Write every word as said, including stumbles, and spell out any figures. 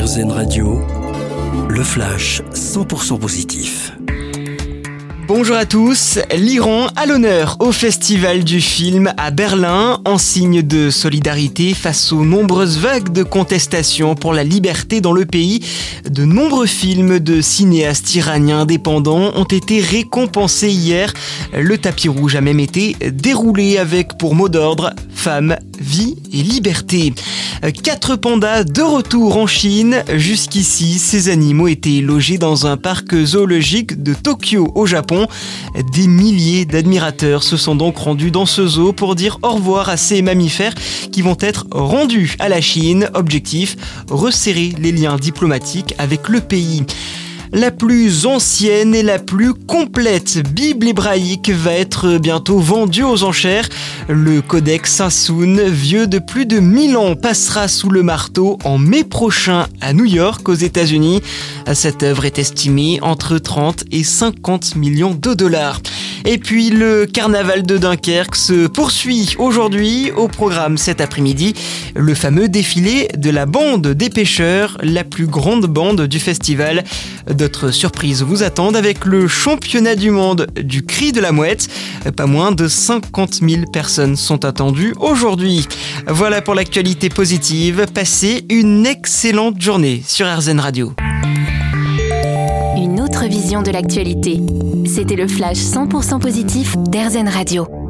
R Z N Radio, le flash cent pour cent positif. Bonjour à tous, l'Iran à l'honneur au Festival du film à Berlin en signe de solidarité face aux nombreuses vagues de contestation pour la liberté dans le pays. De nombreux films de cinéastes iraniens indépendants ont été récompensés hier. Le tapis rouge a même été déroulé avec pour mot d'ordre femmes, vie et liberté. Quatre pandas de retour en Chine. Jusqu'ici, ces animaux étaient logés dans un parc zoologique de Tokyo au Japon. Des milliers d'admirateurs se sont donc rendus dans ce zoo pour dire au revoir à ces mammifères qui vont être rendus à la Chine. Objectif, resserrer les liens diplomatiques avec le pays. La plus ancienne et la plus complète Bible hébraïque va être bientôt vendue aux enchères. Le codex Sassoon, vieux de plus de mille ans, passera sous le marteau en mai prochain à New York, aux États-Unis. Cette œuvre est estimée entre trente et cinquante millions de dollars. Et puis le carnaval de Dunkerque se poursuit aujourd'hui. Au programme cet après-midi, le fameux défilé de la bande des pêcheurs, la plus grande bande du festival. D'autres surprises vous attendent avec le championnat du monde du cri de la mouette. Pas moins de cinquante mille personnes sont attendues aujourd'hui. Voilà pour l'actualité positive. Passez une excellente journée sur R Z N Radio. Une autre vision de l'actualité. C'était le flash cent pour cent positif d'R Z N Radio.